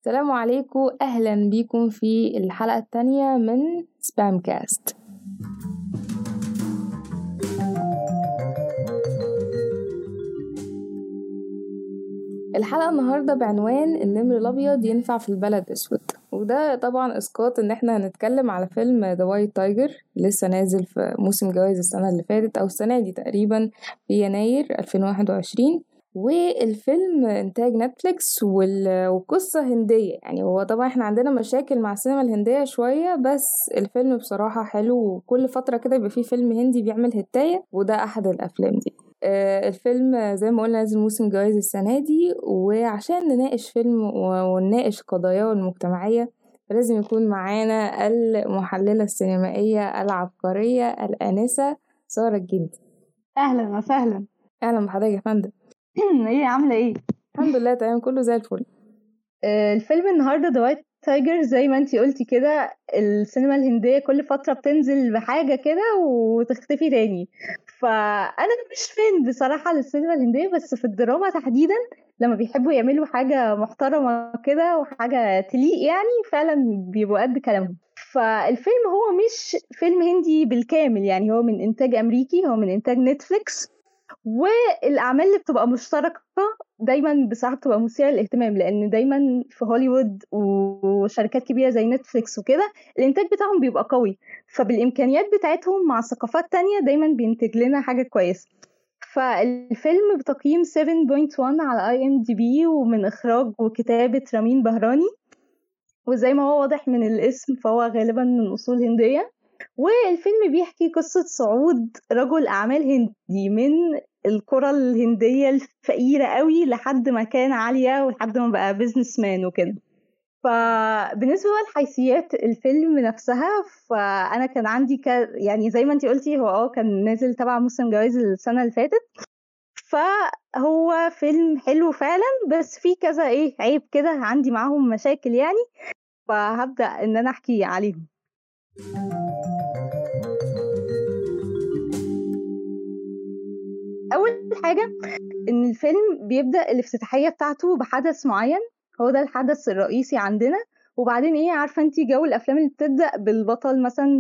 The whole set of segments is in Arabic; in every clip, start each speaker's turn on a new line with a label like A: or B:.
A: السلام عليكم، أهلا بيكم في الحلقة التانية من سبام كاست. الحلقة النهاردة بعنوان النمر الأبيض ينفع في البلد أسود، وده طبعا إسقاط إن احنا هنتكلم على فيلم ذا وايت تايجر لسه نازل في موسم جوائز السنة اللي فاتت أو السنة دي تقريبا في يناير 2021. والفيلم إنتاج نتفليكس وقصة هندية. يعني هو طبعا احنا عندنا مشاكل مع السينما الهندية شوية، بس الفيلم بصراحة حلو، وكل فترة كده يبقى فيه فيلم هندي بيعمل هتاية، وده أحد الأفلام دي. الفيلم زي ما قلنا نازل موسم جوائز السنة دي، وعشان نناقش فيلم ونناقش قضاياه المجتمعية فلازم يكون معانا المحللة السينمائية العبقرية الآنسة سارة الجندي.
B: اهلا وسهلا.
A: أهلا بحضرتك يا فندم.
B: ايه عامله ايه؟
A: الحمد لله تمام، كله زي الفل.
B: الفيلم النهارده ذا وايت تايجر زي ما انتي قلتي كده. السينما الهنديه كل فتره بتنزل بحاجه كده وتختفي تاني. فانا مش فان بصراحه للسينما الهنديه، بس في الدراما تحديدا لما بيحبوا يعملوا حاجه محترمه كده وحاجه تليق يعني فعلا بيبقوا قد كلامهم. فالفيلم هو مش فيلم هندي بالكامل، يعني هو من انتاج امريكي، هو من انتاج نتفليكس. والاعمال اللي بتبقى مشتركه دايما بصراحه بتبقى مثيره للاهتمام، لان دايما في هوليوود وشركات كبيره زي نتفليكس وكده الانتاج بتاعهم بيبقى قوي، فبالامكانيات بتاعتهم مع ثقافات تانية دايما بينتج لنا حاجه كويسه. فالفيلم بتقييم 7.1 على IMDb، ومن اخراج وكتابه رامين بهراني، وزي ما هو واضح من الاسم فهو غالبا من اصول هنديه. والفيلم بيحكي قصة صعود رجل أعمال هندي من القرى الهندية الفقيرة قوي لحد مكان عالية ولحد ما بقى بيزنس مان وكده. فبالنسبة لحيثيات الفيلم نفسها، فأنا كان عندي يعني زي ما انتي قلتي هو كان نازل تبع موسم جوائز السنة اللي فاتت. فهو فيلم حلو فعلا، بس في كذا عيب كده عندي معاهم مشاكل يعني، فهبدأ ان انا احكي عليهم. اول حاجه ان الفيلم بيبدا الافتتاحيه بتاعته بحدث معين، هو ده الحدث الرئيسي عندنا. وبعدين عارفه انتي جو الافلام اللي بتبدا بالبطل مثلا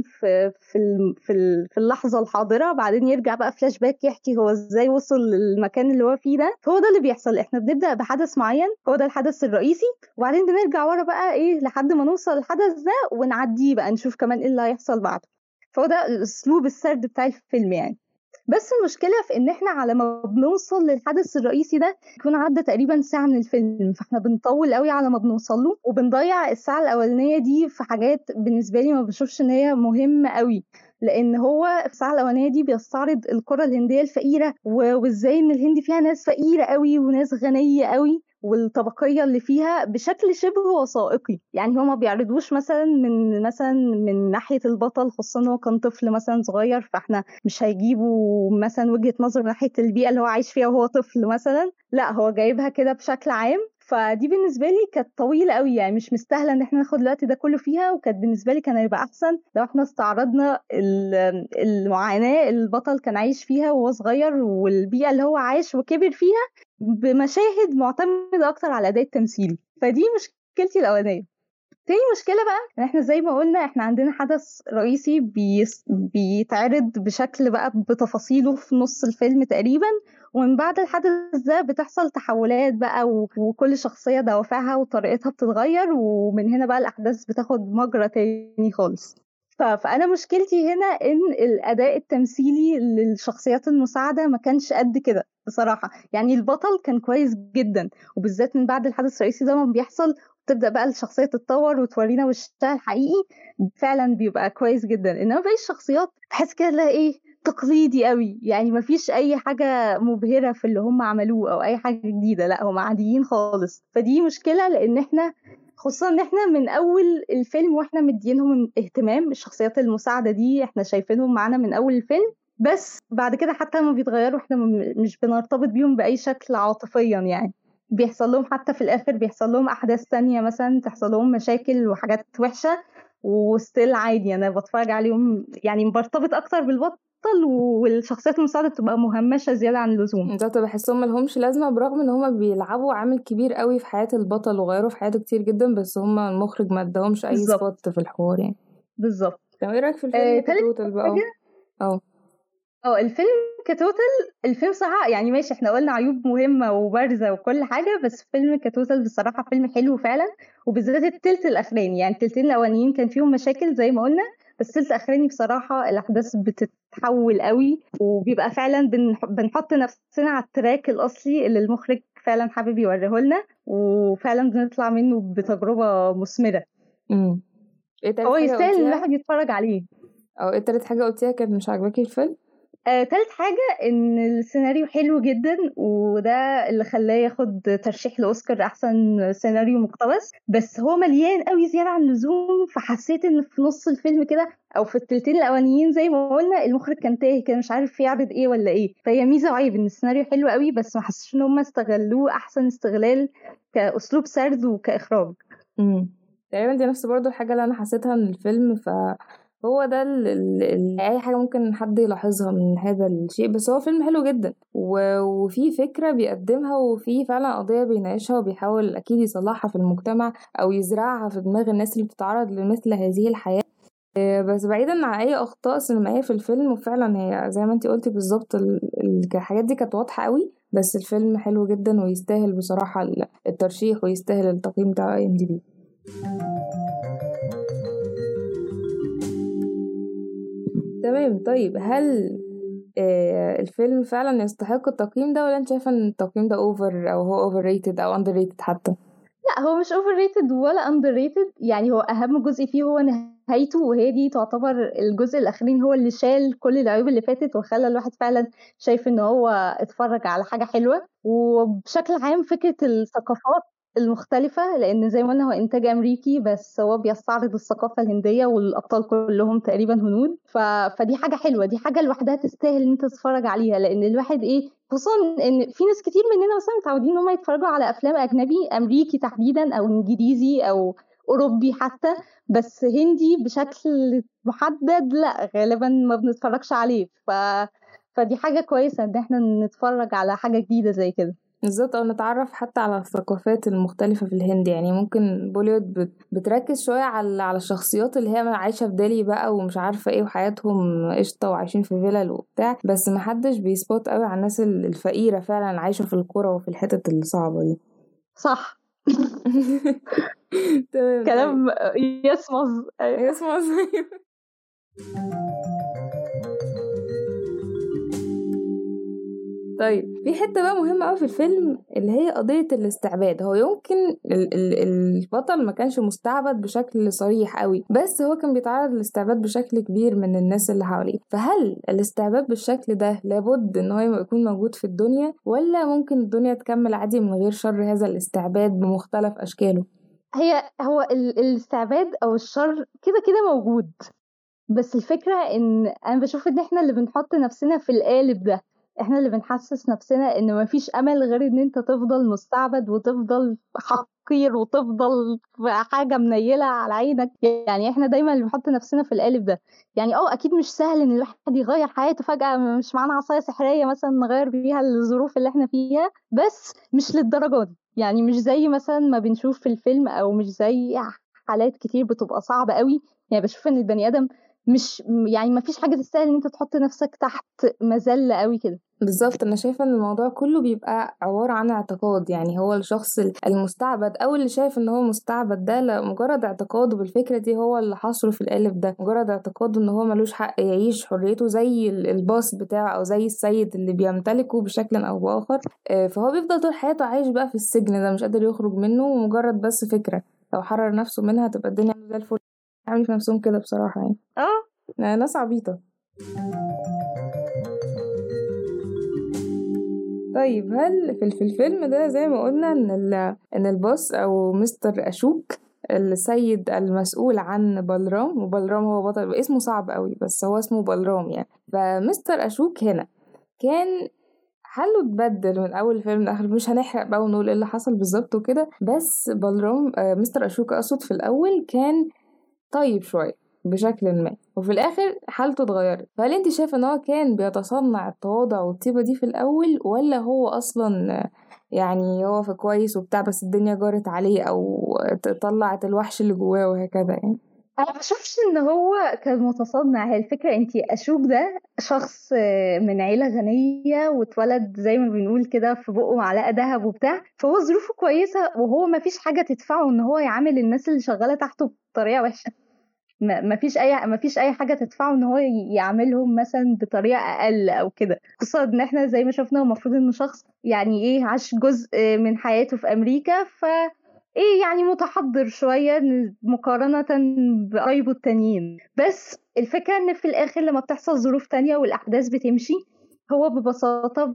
B: في اللحظه الحاضره، بعدين يرجع بقى فلاش باك يحكي هو ازاي وصل للمكان اللي هو فيه ده. هو ده اللي بيحصل، احنا بنبدا بحدث معين هو ده الحدث الرئيسي، وبعدين بنرجع ورا بقى لحد ما نوصل للحدث ده ونعديه بقى نشوف كمان ايه اللي هيحصل بعده. فهو ده اسلوب السرد بتاع الفيلم يعني. بس المشكلة في ان احنا على ما بنوصل للحدث الرئيسي ده يكون عدى تقريبا ساعة من الفيلم، فاحنا بنطول قوي على ما بنوصل له، وبنضيع الساعة الاولانية دي في حاجات بالنسبة لي ما بشوفش ان هي مهمة قوي. لان هو في الساعة الاولانية دي بيستعرض القرى الهندية الفقيرة وازاي ان الهند فيها ناس فقيرة قوي وناس غنية قوي، والطبقية اللي فيها بشكل شبه وثائقي. يعني هو ما بيعرضوش مثلا من ناحية البطل، خصوصا هو كان طفل مثلا صغير، فاحنا مش هيجيبوا مثلا وجهة نظر من ناحية البيئة اللي هو عايش فيها وهو طفل مثلا، لا هو جايبها كده بشكل عام. فدي بالنسبة لي كانت طويلة قوي، يعني مش مستاهلة ان احنا ناخد الوقت ده كله فيها. وكانت بالنسبة لي كان هيبقى احسن لو احنا استعرضنا المعاناة اللي البطل كان عايش فيها وهو صغير، والبيئة اللي هو عايش وكبر فيها، بمشاهد معتمدة اكتر على الاداء التمثيلي. فدي مشكلتي الاولانية. تاني مشكلة بقى ان احنا زي ما قلنا احنا عندنا حدث رئيسي بيتعرض بشكل بقى بتفاصيله في نص الفيلم تقريبا، ومن بعد الحدث ده بتحصل تحولات بقى وكل شخصية دوافعها وطريقتها بتتغير، ومن هنا بقى الأحداث بتاخد مجرى تاني خالص. فأنا مشكلتي هنا إن الأداء التمثيلي للشخصيات المساعدة ما كانش قد كده بصراحة. يعني البطل كان كويس جدا، وبالذات من بعد الحدث الرئيسي ده ما بيحصل تبدأ بقى الشخصية تتطور وتورينا وشها الحقيقي، فعلا بيبقى كويس جدا. انما باقي الشخصيات بحس كده لا تقليدي قوي، يعني مفيش اي حاجة مبهرة في اللي هم عملوه او اي حاجة جديدة، لا هم عاديين خالص. فدي مشكلة، لان احنا خصوصا ان احنا من اول الفيلم واحنا مدينهم اهتمام. الشخصيات المساعدة دي احنا شايفينهم معانا من اول الفيلم، بس بعد كده حتى لما بيتغيروا احنا مش بنرتبط بيهم بأي شكل عاطفيا. يعني بيحصل لهم حتى في الآخر بيحصل لهم أحداث تانية، مثلا تحصل لهم مشاكل وحاجات وحشة، وستيل عادي أنا بتفرج عليهم، يعني برتبط أكتر بالبطل بتبطل والشخصيات المساعدة بتبقى مهمشة زيادة عن اللزوم.
A: بالظبط، بحسهم ملهمش لازمة برغم ان هما بيلعبوا عامل كبير قوي في حياة البطل وغيروا في حياته كتير جدا، بس هما المخرج ما اداهمش اي
B: بالظبط
A: سبوت في الحوار يعني.
B: بالظبط.
A: طب ايه رأيك في الفيلم
B: تالت
A: كتوتال بقى؟
B: حاجة
A: اه
B: الفيلم كتوتال، الفيلم صراحة يعني ماشي، احنا قلنا عيوب مهمة وبارزة وكل حاجة، بس فيلم كتوتال بصراحة فيلم حلو فعلا، وبالذات التلت الأخراني. يعني التلتين الأولانيين كان فيهم مشاكل زي ما قلنا، بس التلت الأخراني بصراحة الأحداث بتتحول قوي، وبيبقى فعلا بنحط نفسنا على التراك الأصلي اللي المخرج فعلا حابب يوريه لنا، وفعلا بنطلع منه بتجربة مثمرة.
A: ايه تالت
B: هو
A: حاجة
B: يستاهل ان
A: قلتيها؟
B: الواحد يتفرج عليه.
A: او ايه تالت حاجة قلتيها كانت مش عاجباكي الفيلم؟
B: تالت حاجة ان السيناريو حلو جدا، وده اللي خلاه ياخد ترشيح لأوسكار احسن سيناريو مقتبس، بس هو مليان قوي زيادة عن اللزوم، فحسيت ان في نص الفيلم كده او في التلتين الاولانيين زي ما قلنا المخرج كان تايه كده، مش عارف يعرض ايه ولا ايه. فهي ميزة وعيب ان السيناريو حلو قوي، بس ما حسيتش ان هم استغلوه احسن استغلال كأسلوب سرد وكإخراج.
A: تقريبا دي نفس برضو الحاجة اللي انا حسيتها من الفيلم، فهو ده اي حاجة ممكن حد يلاحظها من هذا الشيء. بس هو فيلم حلو جدا وفي فكرة بيقدمها، وفي فعلا قضية بيناقشها وبيحاول اكيد يصلحها في المجتمع او يزرعها في دماغ الناس اللي بتتعرض لمثل هذه الحياة. بس بعيدا عن اي اخطاء سينمائية في الفيلم، وفعلا هي زي ما انتي قلتي بالظبط الحاجات دي كانت واضحة قوي، بس الفيلم حلو جدا ويستاهل بصراحة الترشيح ويستاهل التقييم بتاع IMDb. تمام. طيب هل الفيلم فعلا يستحق التقييم ده، ولا انت شايفه ان التقييم ده اوفر او هو اوفر ريتد او اندر ريتد حتى؟
B: لا، هو مش اوفر ريتد ولا اندر ريتد، يعني هو اهم جزء فيه هو نهايته، وهي دي تعتبر الجزء الاخرين هو اللي شال كل العيوب اللي فاتت، وخلى الواحد فعلا شايف ان هو اتفرج على حاجة حلوة. وبشكل عام فكرة الثقافات المختلفة، لان زي ما قلنا هو انتاج امريكي، بس هو بيستعرض الثقافة الهندية والابطال كلهم تقريبا هنود. فدي حاجة حلوة، دي حاجة لوحدها تستاهل ان انت تتفرج عليها، لان الواحد خصوصا ان في ناس كتير مننا مثلا متعودين ان هم يتفرجوا على افلام اجنبي، امريكي تحديدا او انجليزي او اوروبي حتى، بس هندي بشكل محدد لا، غالبا ما بنتفرجش عليه. فدي حاجة كويسة ان احنا نتفرج على حاجة جديدة زي كده.
A: بالظبط، او نتعرف حتى على الثقافات المختلفة في الهند. يعني ممكن بوليوود بتركز شوية على الشخصيات اللي هي عايشة في دالي بقى ومش عارفة ايه، وحياتهم قشطة وعايشين في فيلل وبتاع، بس محدش بيسبوت قوي على الناس الفقيرة فعلا عايشة في القرى وفي الحتت الصعبة دي.
B: صح.
A: تمام. طيب
B: كلام يسمز.
A: اسمع زي طيب في حتة بقى مهمة قوي في الفيلم، اللي هي قضية الاستعباد. هو يمكن البطل ما كانش مستعبد بشكل صريح قوي، بس هو كان بيتعرض للاستعباد بشكل كبير من الناس اللي حواليه. فهل الاستعباد بالشكل ده لابد ان هو يكون موجود في الدنيا، ولا ممكن الدنيا تكمل عادي من غير شر هذا الاستعباد بمختلف اشكاله؟
B: هو الاستعباد او الشر كده كده موجود، بس الفكرة ان انا بشوف ان احنا اللي بنحط نفسنا في القالب ده، احنا اللي بنحسس نفسنا ان مفيش امل غير ان انت تفضل مستعبد وتفضل حقير وتفضل في حاجة منيلة على عينك. يعني احنا دايما اللي بنحط نفسنا في القالب ده. يعني اكيد مش سهل ان الواحد يغير حياته فجأة، مش معانا عصاية سحرية مثلا نغير بيها الظروف اللي احنا فيها، بس مش للدرجة دي. يعني مش زي مثلا ما بنشوف في الفيلم، او مش زي حالات كتير بتبقى صعبة قوي. يعني بشوف ان البني ادم مش، يعني ما فيش حاجة تستاهل ان انت تحط نفسك تحت مذلة قوي كده.
A: بالظبط، انا شايفه ان الموضوع كله بيبقى عباره عن اعتقاد. يعني هو الشخص المستعبد او اللي شايف ان هو مستعبد ده مجرد اعتقاده بالفكره دي هو اللي حصره في القالب ده، مجرد اعتقاده ان هو ملوش حق يعيش حريته زي الباص بتاعه او زي السيد اللي بيمتلكه بشكل او باخر. فهو بيفضل طول حياته عايش بقى في السجن ده، مش قادر يخرج منه، ومجرد بس فكره لو حرر نفسه منها تبقى الدنيا زي الفل. عامل في نفسهم كده بصراحه يعني ناس عبيطه. طيب هل في الفيلم ده زي ما قلنا ان البوس او مستر اشوك السيد المسؤول عن بلرام، وبلرام هو بطل اسمه صعب قوي بس هو اسمه بلرام يعني. فمستر اشوك هنا كان حله اتبدل من اول الفيلم لاخر، مش هنحرق بقى ونقول ايه اللي حصل بالظبط وكده. بس بلرام مستر اشوك اقصد في الاول كان طيب شويه، بشكل ما، وفي الآخر حالته اتغيرت. فهل انت شايفة ان هو كان بيتصنع التواضع والطيبة دي في الأول، ولا هو أصلا يعني هو في كويس وبتاع بس الدنيا جارت عليه أو طلعت الوحش اللي جواه وهكذا يعني؟
B: انا ما بشوفش ان هو كان متصنع. هي الفكره انتي اشوك ده شخص من عيله غنيه واتولد زي ما بنقول كده في بقه معلقه ذهب وبتاع، فهو ظروفه كويسه وهو ما فيش حاجه تدفعه ان هو يعامل الناس اللي شغاله تحته بطريقه وحشه. ما فيش اي حاجه تدفعه ان هو يعاملهم مثلا بطريقه اقل او كده، خصوصا ان احنا زي ما شفنا المفروض انه شخص يعني ايه عاش جزء من حياته في امريكا، ف ايه يعني متحضر شويه مقارنه بقرايبه التانيين. بس الفكره ان في الاخر لما بتحصل ظروف تانية والاحداث بتمشي، هو ببساطه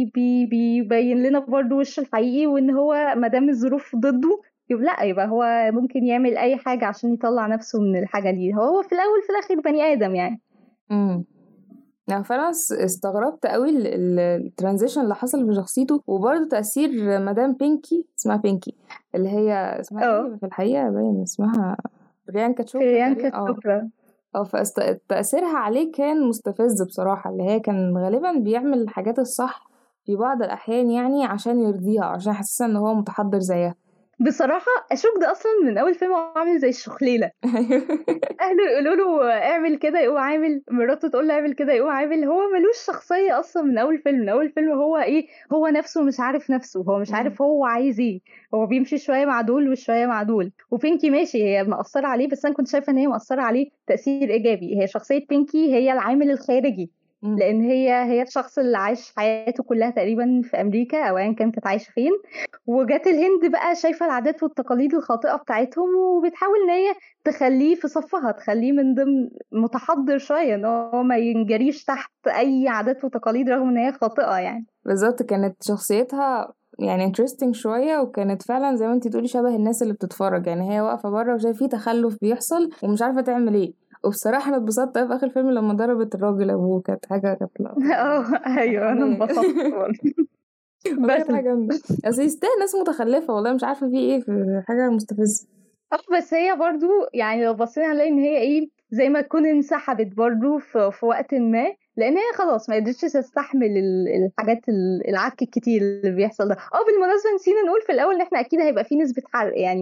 B: بيبين لنا برضه وشه الحقيقي، وان هو مادام الظروف ضده يبقى لا، يبقى هو ممكن يعمل اي حاجة عشان يطلع نفسه من الحاجة دي. هو في الاول في الاخر بني ادم يعني.
A: امم يعني فعلا استغربت قوي الترانزيشن اللي حصل في شخصيته، وبرضه تأثير مدام بينكي، اسمها بينكي، اللي هي اسمها
B: اه،
A: ايه في الحقيقة، باين اسمها بريانكا تشوبرا
B: بريانكا
A: تقريبا.
B: تشوبرا.
A: اه فتأثيرها عليه كان مستفز بصراحة، اللي هي كان غالبا بيعمل الحاجات الصح في بعض الأحيان يعني عشان يرضيها، عشان يحسسها ان هو متحضر زيها.
B: بصراحة اشوك ده اصلا من اول فيلم هو عامل زي الشخليلة. اهله يقولوا له اعمل كده يقوم عامل، مراته تقول له اعمل كده يقوم عامل. هو ملوش شخصيه اصلا من اول فيلم. من اول فيلم هو ايه، هو نفسه مش عارف نفسه، هو مش
A: مم.
B: عارف هو عايز ايه. هو بيمشي شويه مع دول وشويه مع دول. وبينكي ماشي هي مأثره عليه، بس انا كنت شايفه ان هي مأثره عليه تأثير ايجابي. هي شخصيه بينكي هي العامل الخارجي،
A: مم.
B: لان هي الشخص اللي عايش حياته كلها تقريبا في امريكا او ايا كانت عايشه فين، وجات الهند بقى شايفه العادات والتقاليد الخاطئه بتاعتهم وبتحاول ان هي تخليه في صفها، تخليه من ضمن متحضر شوية، ان هو ما ينجريش تحت اي عادات وتقاليد رغم ان هي خاطئة يعني.
A: بالظبط، كانت شخصيتها يعني interesting شوية، وكانت فعلا زي ما انتي تقولي شبه الناس اللي بتتفرج، يعني هي واقفة بره وشايفة فيه تخلف بيحصل ومش عارفة تعمل ايه. وبصراحة انا اتبسطت أوي في آخر الفيلم لما ضربت الراجل أبوه، كانت حاجة، كانت لقطة
B: اه ايوه انا
A: حمية.
B: انبسطت برضه.
A: والله كانت
B: بس
A: حاجة جامدة، أصل يستاهل ناس متخلفة، والله مش عارفة فيه ايه، في حاجة مستفزة.
B: بس هي برضو يعني لو بصينا هنلاقي ان هي ايه زي ما تكون انسحبت برضو في وقت ما، لان هي خلاص ما قدرتش تستحمل الحاجات العك الكتير اللي بيحصل ده. بالمناسبه نسينا نقول في الاول ان احنا اكيد هيبقى في نسبه حرق يعني،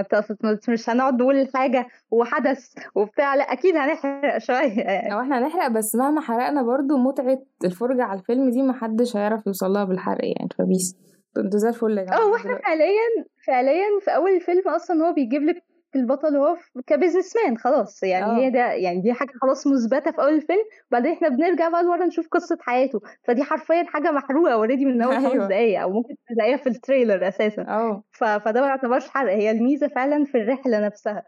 B: مش هنقعد نقول حاجه وحدث وبتاع، لا اكيد هنحرق شويه يعني.
A: او احنا هنحرق، بس مهما حرقنا برضو متعة الفرجة على الفيلم دي محدش هيعرف يوصلها بالحرق يعني، فبيس انتوا زي الفل يا جماعة لحد
B: واحنا
A: دلوقتي.
B: فعليا في اول الفيلم اصلا هو بيجيب لك البطل هو كبزنس مان خلاص يعني. هي
A: اه.
B: ده يعني دي حاجه خلاص مثبته في اول الفيلم. وبعدين احنا بنرجع بقى لورا نشوف قصه حياته، فدي حرفيا حاجه محروقه اوريدي من اول خمس
A: ايوه.
B: دقايق او ممكن تلاقيها في التريلر اساسا.
A: اه.
B: فده ما يعتبرش حرق، هي الميزه فعلا في الرحله نفسها.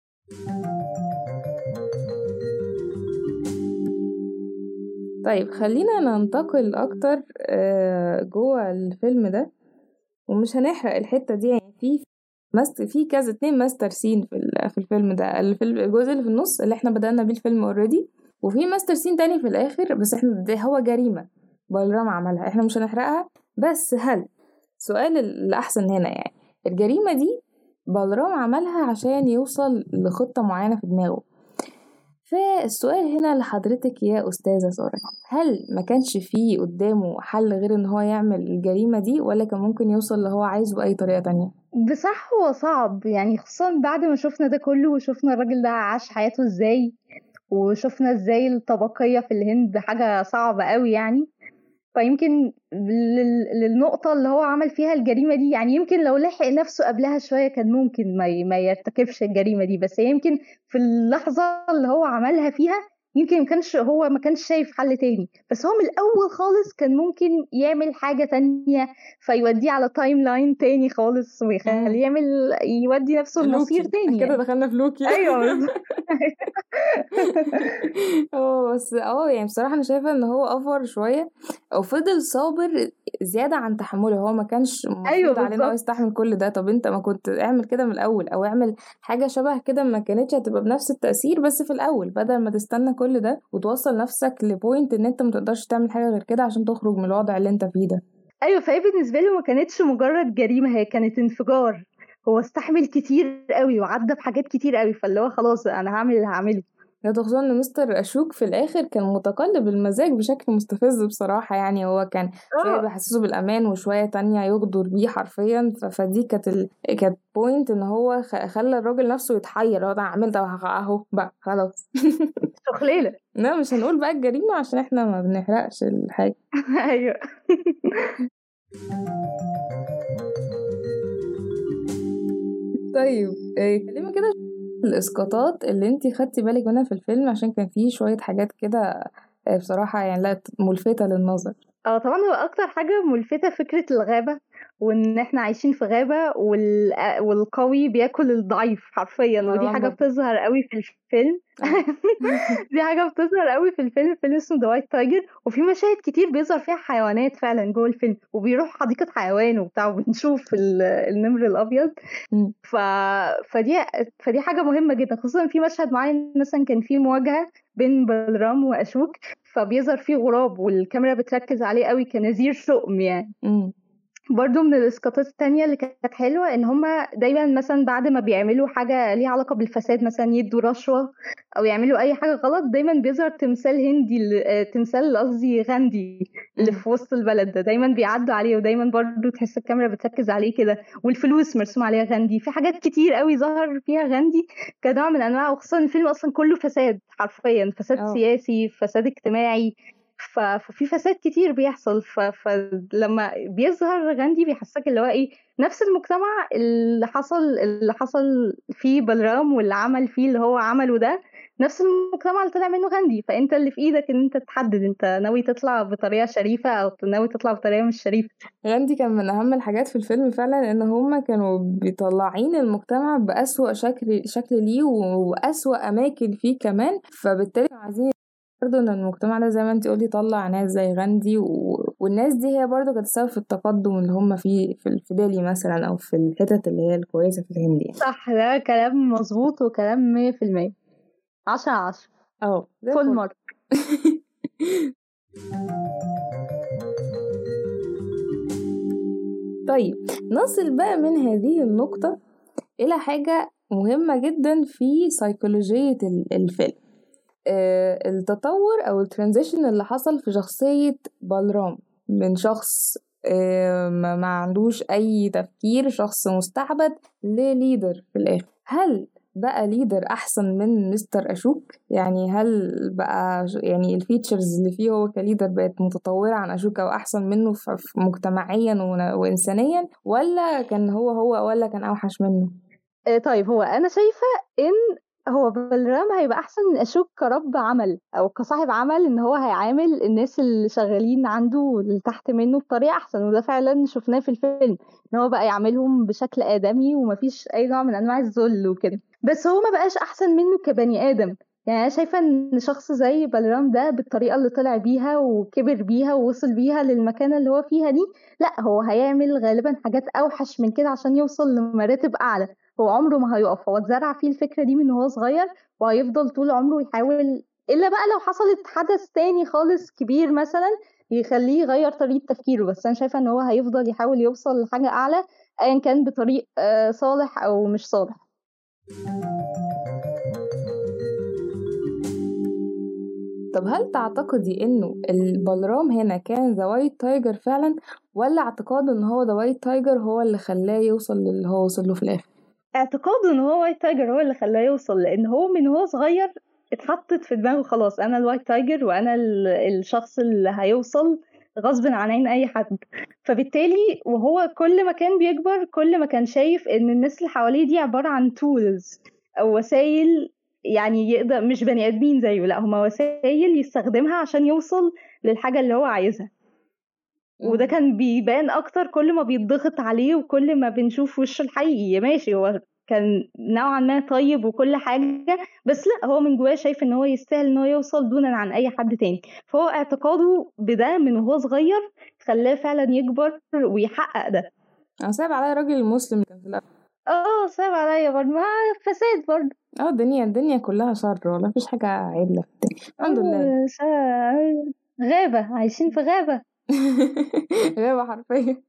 A: طيب خلينا ننتقل اكتر جوه الفيلم ده، ومش هنحرق الحتة دي يعني. في كذا اتنين ماستر سين في الفيلم ده، الجزء اللي في النص اللي احنا بدأنا بيه الفيلم اوريدي، وفي ماستر سين تاني في الاخر، بس احنا ده هو جريمة بلرام عملها، احنا مش هنحرقها. بس هل سؤال الأحسن هنا يعني، الجريمة دي بلرام عملها عشان يوصل لخطة معينة في دماغه، فالسؤال هنا لحضرتك يا أستاذة سارة، هل ما كانش فيه قدامه حل غير ان هو يعمل الجريمة دي، ولا كان ممكن يوصل اللي هو عايزه بأي طريقة تانية؟
B: بصح هو صعب يعني، خصوصا بعد ما شفنا ده كله وشفنا الراجل ده عاش حياته ازاي، وشفنا ازاي الطبقية في الهند حاجة صعبة قوي يعني. فيمكن للنقطة اللي هو عمل فيها الجريمة دي يعني، يمكن لو لحق نفسه قبلها شوية كان ممكن ما يرتكبش الجريمة دي. بس يمكن في اللحظة اللي هو عملها فيها يمكن ما كانش شايف حل تاني. بس هو من الأول خالص كان ممكن يعمل حاجة تانية، فيوديه على تايم لاين تاني خالص ويخليه يودي نفسه المصير
A: لوكي
B: تاني
A: كده
B: يعني.
A: دخلنا في لوكي.
B: ايوه بالظبط.
A: بس يعني بصراحة انا شايفة ان هو افور شوية، او فضل صابر زيادة عن تحمله، هو ما كانش
B: ايوه
A: مفروض عليه ان هو
B: بالظبط.
A: يستحمل كل ده. طب انت ما كنت اعمل كده من الاول، او اعمل حاجة شبه كده ما كانتش هتبقى بنفس التأثير، بس في الاول بدل ما تستنى كل ده وتوصل نفسك لبوينت ان انت ما تقدرش تعمل حاجة غير كده عشان تخرج من الوضع اللي انت فيه ده.
B: ايوه فهي بالنسبه له ما كانتش مجرد جريمه، هي كانت انفجار. هو استحمل كتير قوي وعدى بحاجات كتير قوي، فاللي هو خلاص انا هعمل اللي هعمله.
A: ده خصوصا ان مستر اشوك في الاخر كان متقلب المزاج بشكل مستفز بصراحة. يعني هو كان شوية
B: اه
A: بيحسسه بالامان وشوية تانية يغدر بيه حرفيا. فدي كانت بوينت ان هو خلى الراجل نفسه يتحير. هو ده عملت اهو بقى خلاص.
B: شخليلة.
A: لا مش هنقول بقى الجريمة عشان احنا ما بنحرقش الحاجة.
B: ايوه.
A: طيب كلمة كده الاسقاطات اللي انتي خدتي بالك منها في الفيلم، عشان كان فيه شوية حاجات كده بصراحة يعني لا ملفتة للنظر.
B: طبعا هو اكتر حاجة ملفتة فكرة الغابة، وان احنا عايشين في غابة والقوي بياكل الضعيف حرفيا، ودي
A: مروان
B: حاجة
A: بابلو.
B: بتظهر قوي في الفيلم.
A: اه.
B: دي حاجة بتظهر قوي في الفيلم اسمه ذا وايت تايجر، وفي مشاهد كتير بيظهر فيها حيوانات فعلا جوه الفيلم، وبيروح حديقة حيوان وبتاع، وبنشوف النمر الابيض.
A: مم.
B: ف... فدي فدي حاجة مهمة جدا، خصوصا في مشهد معين مثلا كان فيه مواجهة بين بلرام وأشوك، فبيظهر فيه غراب والكاميرا بتركز عليه قوي كنذير شؤم يعني.
A: مم.
B: برضو من الاسقاطات التانية اللي كانت حلوة ان هما دايما مثلا بعد ما بيعملوا حاجة ليها علاقة بالفساد، مثلا يدوا رشوة او يعملوا اي حاجة غلط، دايما بيظهر تمثال هندي تمثال قصدي غاندي اللي
A: مم.
B: في وسط البلد ده، دايما بيعدوا عليه، ودايما برضو تحس الكاميرا بتركز عليه كده، والفلوس مرسوم عليها غاندي. في حاجات كتير قوي ظهر فيها غاندي كنوع من انواع، وخصوصا الفيلم اصلا كله فساد حرفيا، فساد
A: اه.
B: سياسي، فساد اجتماعي. ففي فساد كتير بيحصل، فلما بيظهر غاندي بيحسسك اللي هو ايه، نفس المجتمع اللي حصل فيه بلرام واللي عمل فيه اللي هو عمله ده، نفس المجتمع اللي طلع منه غاندي. فانت اللي في ايدك ان انت تحدد انت ناوي تطلع بطريقة شريفة او ناوي تطلع بطريقة مش شريفة.
A: غاندي كان من أهم الحاجات في الفيلم فعلا، إن هما كانوا بيطلعين المجتمع بأسوأ شكل ليه وأسوأ أماكن فيه كمان. فبالتالي كانوا عايزين برضه إن المجتمع ده زي ما انتي قلتي يطلع ناس زي غاندي والناس دي هي برضه كانت السبب في التقدم اللي هما فيه في بالي مثلا، أو في الحتت اللي هي الكويسة في الهند يعني.
B: صح، ده كلام مظبوط وكلام 100%. 10/10.
A: اه زي
B: فول
A: الفل.
B: مارك.
A: طيب نصل بقى من هذه النقطة إلى حاجة مهمة جدا في سيكولوجية الفيلم. التطور أو الترانزيشن اللي حصل في شخصية بالرام، من شخص ما عندوش أي تفكير، شخص مستعبد، لليدر في الآخر. هل بقى ليدر أحسن من مستر أشوك؟ يعني هل بقى يعني الفيتشرز اللي فيه هو كليدر بقت متطورة عن أشوك أو أحسن منه مجتمعيا وإنسانيا، ولا كان هو ولا كان أوحش منه؟
B: طيب هو انا شايفه ان هو بلرام هيبقى احسن من اشوك كرب عمل او كصاحب عمل، ان هو هيعامل الناس اللي شغالين عنده واللي تحت منه بطريقه احسن، وده فعلا شفناه في الفيلم، ان هو بقى يعاملهم بشكل ادمي ومفيش اي نوع من انواع الذل وكده. بس هو ما بقاش احسن منه كبني ادم. يعني انا شايفه ان شخص زي بلرام ده بالطريقه اللي طلع بيها وكبر بيها ووصل بيها للمكانه اللي هو فيها دي، لا هو هيعمل غالبا حاجات اوحش من كده عشان يوصل لمراتب اعلى. هو عمره ما هيقف، هو اتزرع فيه الفكرة دي من هو صغير، وهيفضل طول عمره يحاول، إلا بقى لو حصلت حدث تاني خالص كبير مثلا يخليه يغير طريقة تفكيره. بس أنا شايفة إن هو هيفضل يحاول يوصل لحاجة أعلى، أيا كان بطريق صالح أو مش صالح.
A: طب هل تعتقدي انه البلرام هنا كان ذا وايت تايجر فعلا، ولا اعتقاده ان هو ذا وايت تايجر هو اللي خلاه يوصل للي هو وصل له في الاخر؟
B: اعتقاده ان هو وايت تايجر هو اللي خلاه يوصل، لان هو من هو صغير اتحطت في دماغه خلاص انا الوايت تايجر، وانا الشخص اللي هيوصل غصب عن عين اي حد. فبالتالي وهو كل ما كان بيكبر كل ما كان شايف ان الناس اللي حواليه دي عبارة عن تولز او وسائل، يعني يقدر مش بني ادمين زيه، لا هما وسائل يستخدمها عشان يوصل للحاجة اللي هو عايزها. وده كان بيبان اكتر كل ما بيتضغط عليه، وكل ما بنشوف وشه الحقيقي. ماشي هو كان نوعا ما طيب وكل حاجة، بس لا هو من جواه شايف ان هو يستاهل ان هو يوصل دونا عن اي حد تاني. فهو اعتقاده بده من وهو صغير خلاه فعلا يكبر ويحقق ده.
A: انا صعب عليا الراجل المسلم كان في الاخر.
B: صعب عليا برضه، ما فساد برضه.
A: الدنيا كلها شر، ولا مفيش حاجه عدله في الدنيا الحمد لله.
B: غابة، عايشين في غابة.
A: غابه حرفيا.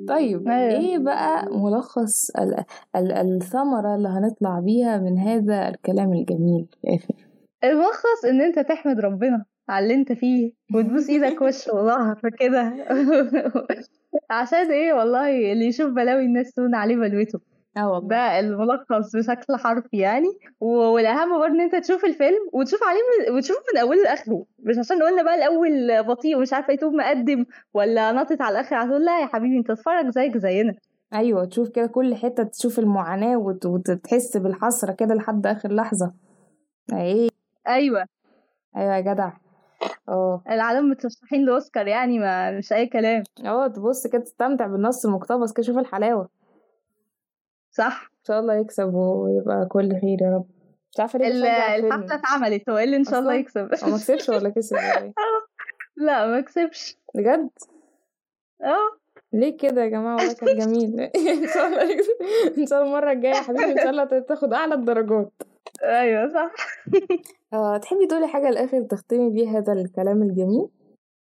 A: طيب
B: ايوه
A: ايه بقى ملخص الثمرة اللي هنطلع بيها من هذا الكلام الجميل في الآخر؟
B: الملخص ان انت تحمد ربنا على اللي انت فيه وتبوس ايدك وش وظهر كده عشان ايه والله اللي يشوف بلاوي الناس تهون عليه بلوته.
A: والله
B: ده الملخص بشكل حرفي يعني. والاهم برضه ان انت تشوف الفيلم وتشوف عليه وتشوفه من اوله لاخره، مش عشان قلنا بقى الاول بطيء ومش عارفه يتوب مقدم ولا ناطط على الاخر هتقول لا يا حبيبي انت اتفرج زيك زينا.
A: ايوه، تشوف كده كل حتة، تشوف المعاناة وتحس بالحسرة كده لحد اخر لحظة. ايه.
B: ايوه
A: ايوه يا جدع. اه.
B: العالم مترشحين لاوسكار يعني ما مش اي كلام.
A: تبص كده تستمتع بالنص المقتبس كده، شوف الحلاوة.
B: صح.
A: ان شاء الله يكسب ويبقى كل خير يا رب. مش عارفة ليه بشجع
B: الحفله
A: الفيلم
B: اتعملت، هو ايه اللي ان شاء الله
A: اصلا.
B: يكسب؟
A: هو ما كسبش ولا كسب ولا ايه؟
B: لا ما كسبش.
A: بجد.
B: اه
A: ليه كده يا جماعة؟ والله كان جميل. ان شاء الله يكسب. ان شاء الله المرة الجاية يا حبيبي ان شاء الله تاخد اعلى الدرجات.
B: ايوه صح.
A: تحبي تقولي حاجة الاخر تختمي بيه هذا الكلام الجميل؟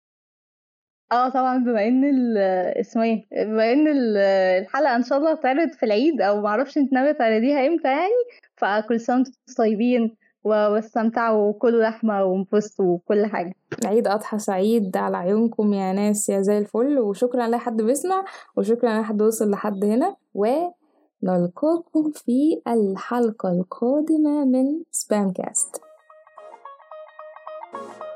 B: طبعا بما ان اسمه ايه، بما ان الحلقه ان شاء الله هتعرض في العيد او معرفش انت ناويه تعرضيها امتى يعني، فكل سنه وانتم طيبين واستمتعوا وكلوا لحمه وانبسطوا وكل حاجه.
A: عيد أضحى سعيد على عيونكم يا ناس يا زي الفل، وشكرا لأي حد بيسمع، وشكرا لأي حد وصل لحد هنا، ونلقاكم في الحلقة القادمة من سبام كاست.